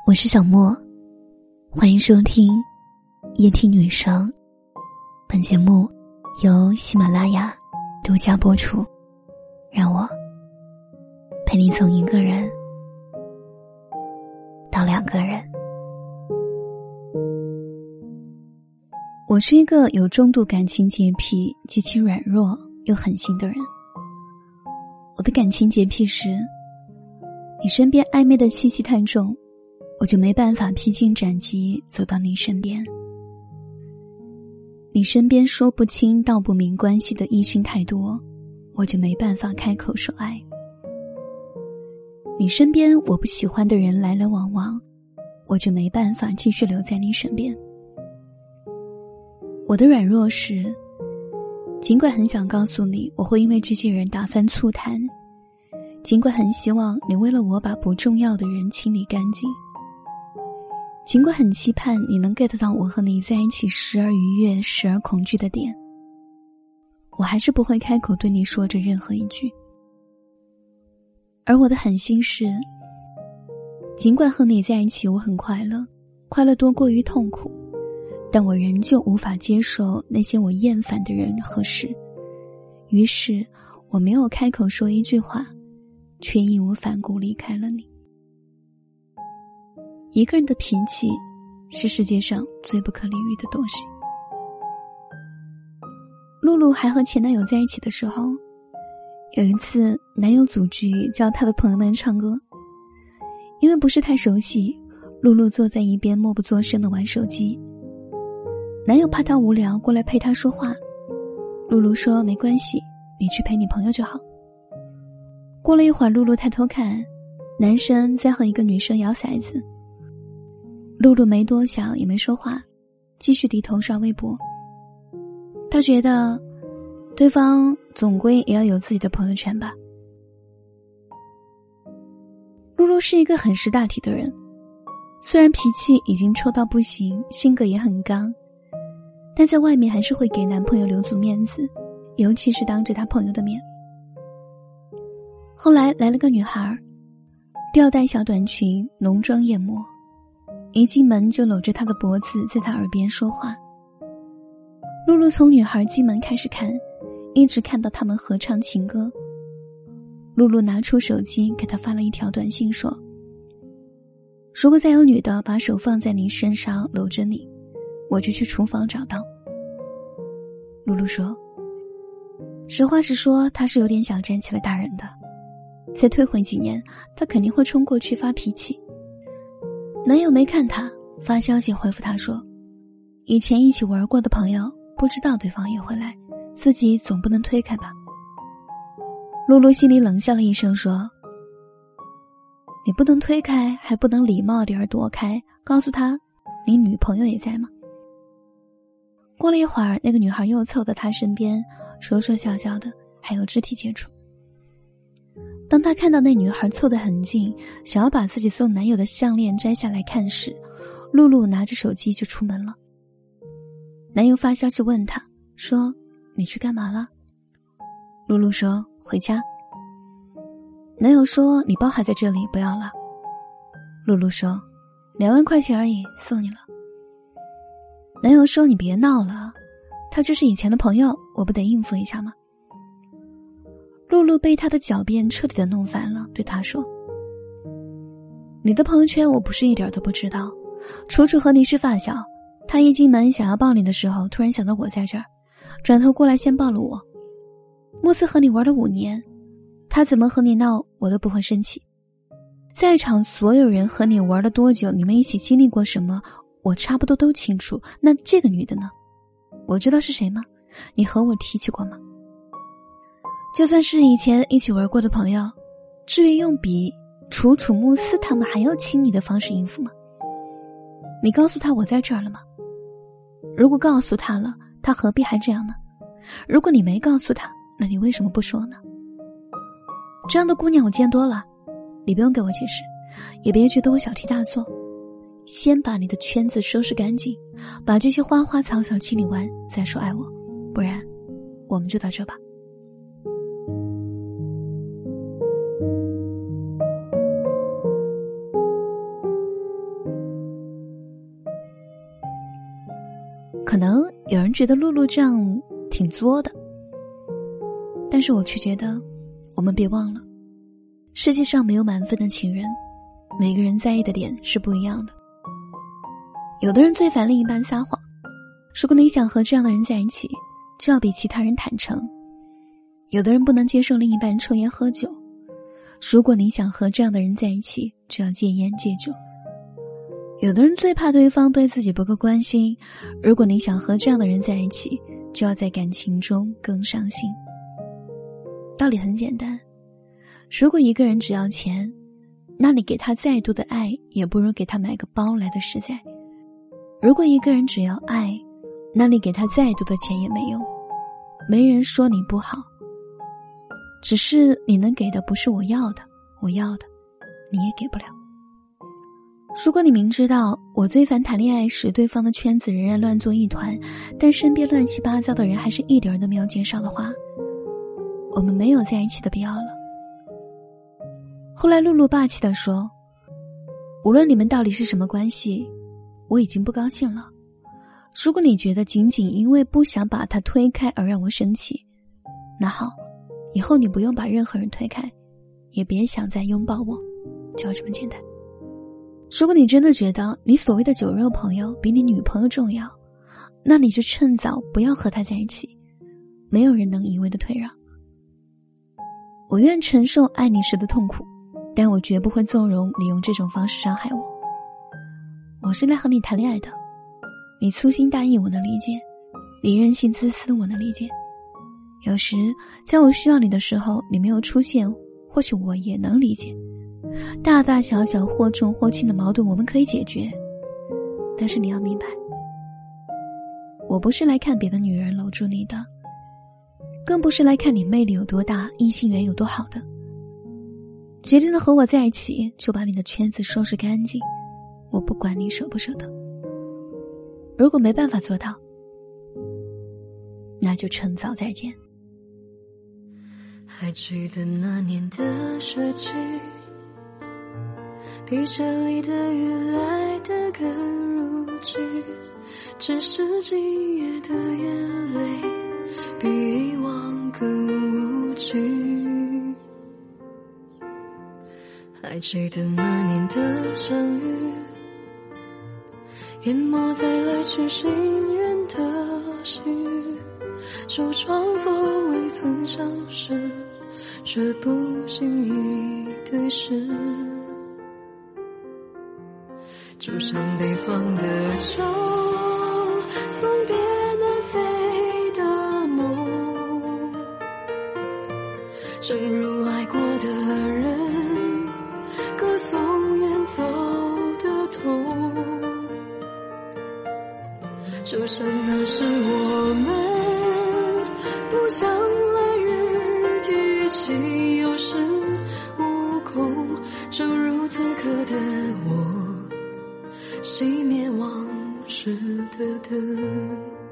我是小莫，欢迎收听夜听女生。本节目由喜马拉雅独家播出，让我陪你从一个人到两个人。我是一个有中度感情洁癖、极其软弱又狠心的人。我的感情洁癖是，你身边暧昧的气息太重，我就没办法披荆斩棘走到你身边。你身边说不清道不明关系的异性太多，我就没办法开口说爱。你身边我不喜欢的人来来往往，我就没办法继续留在你身边。我的软弱是，尽管很想告诉你我会因为这些人打翻醋坛，尽管很希望你为了我把不重要的人清理干净，尽管很期盼你能 get 到我和你在一起时而愉悦时而恐惧的点，我还是不会开口对你说着任何一句。而我的狠心是，尽管和你在一起我很快乐，快乐多过于痛苦，但我仍旧无法接受那些我厌烦的人和事，于是我没有开口说一句话，却义无反顾离开了你。一个人的脾气是世界上最不可理喻的东西。露露还和前男友在一起的时候，有一次男友组局叫他的朋友们唱歌，因为不是太熟悉，露露坐在一边默不作声地玩手机。男友怕她无聊，过来陪她说话。露露说没关系，你去陪你朋友就好。过了一会儿，露露抬头看，男生在和一个女生摇骰子。露露没多想，也没说话，继续低头刷微博。她觉得对方总归也要有自己的朋友圈吧。露露是一个很识大体的人，虽然脾气已经臭到不行，性格也很刚，但在外面还是会给男朋友留足面子，尤其是当着他朋友的面。后来来了个女孩，吊带小短裙，浓妆艳抹，一进门就搂着她的脖子在她耳边说话。露露从女孩进门开始看，一直看到他们合唱情歌。露露拿出手机给她发了一条短信说，如果再有女的把手放在你身上搂着你，我就去厨房找到。露露说，实话实说，她是有点想站起来打人的，再退回几年，她肯定会冲过去发脾气。男友没看她，发消息回复她说，以前一起玩过的朋友不知道对方也会来，自己总不能推开吧。露露心里冷笑了一声说，你不能推开，还不能礼貌点躲开，告诉他你女朋友也在吗？过了一会儿，那个女孩又凑到他身边，说说笑笑的，还有肢体接触。当他看到那女孩凑得很近，想要把自己送男友的项链摘下来看时，露露拿着手机就出门了。男友发消息问她说，你去干嘛了？露露说，回家。男友说，你包还在这里，不要了。露露说，2万块钱而已，送你了。男友说，你别闹了，他就是以前的朋友，我不得应付一下吗？露露被他的狡辩彻底的弄烦了，对他说，你的朋友圈我不是一点都不知道，楚楚和你是发小，他一进门想要抱你的时候，突然想到我在这儿，转头过来先抱了我。慕斯和你玩了5年，他怎么和你闹我都不会生气。在场所有人和你玩了多久，你们一起经历过什么，我差不多都清楚。那这个女的呢？我知道是谁吗？你和我提起过吗？就算是以前一起玩过的朋友，至于用比楚楚慕斯他们还要亲昵的方式应付吗？你告诉他我在这儿了吗？如果告诉他了，他何必还这样呢？如果你没告诉他，那你为什么不说呢？这样的姑娘我见多了，你不用给我解释，也别觉得我小题大做。先把你的圈子收拾干净，把这些花花草草清理完再说爱我，不然我们就到这吧。 可能有人觉得露露这样挺作的，但是我却觉得我们别忘了，世界上没有满分的情人，每个人在意的点是不一样的。有的人最烦另一半撒谎，如果你想和这样的人在一起，就要比其他人坦诚。有的人不能接受另一半抽烟喝酒，如果你想和这样的人在一起，就要戒烟戒酒。有的人最怕对方对自己不够关心，如果你想和这样的人在一起，就要在感情中更上心。道理很简单，如果一个人只要钱，那你给他再多的爱，也不如给他买个包来的实在。如果一个人只要爱，那你给他再多的钱也没用。没人说你不好，只是你能给的不是我要的，我要的你也给不了。如果你明知道我最烦谈恋爱时对方的圈子仍然乱作一团，但身边乱七八糟的人还是一点都没有减少的话，我们没有在一起的必要了。后来露露霸气地说，无论你们到底是什么关系，我已经不高兴了。如果你觉得仅仅因为不想把他推开而让我生气，那好，以后你不用把任何人推开，也别想再拥抱我，就这么简单。如果你真的觉得你所谓的酒肉朋友比你女朋友重要，那你就趁早不要和他在一起，没有人能一味的退让。我愿承受爱你时的痛苦，但我绝不会纵容你用这种方式伤害我。我是来和你谈恋爱的，你粗心大意我能理解，你任性自私我能理解，有时在我需要你的时候你没有出现，或许我也能理解。大大小小或重或轻的矛盾我们可以解决，但是你要明白，我不是来看别的女人搂住你的，更不是来看你魅力有多大，异性缘有多好的。决定了和我在一起，就把你的圈子收拾干净，我不管你舍不舍得。如果没办法做到，那就趁早再见。 还记得那年的雪季，比这里的雨来得更如期，只是今夜的眼泪比以往更无情。还记得那年的相遇，淹没在来去行人的心，手装作未曾相识，却不经意对视。就像北方的秋，送别南飞的梦，正如爱过的人歌颂远走的痛。就像那时我们不想来日提起，有恃无恐，正如此刻的我，熄灭往事的灯。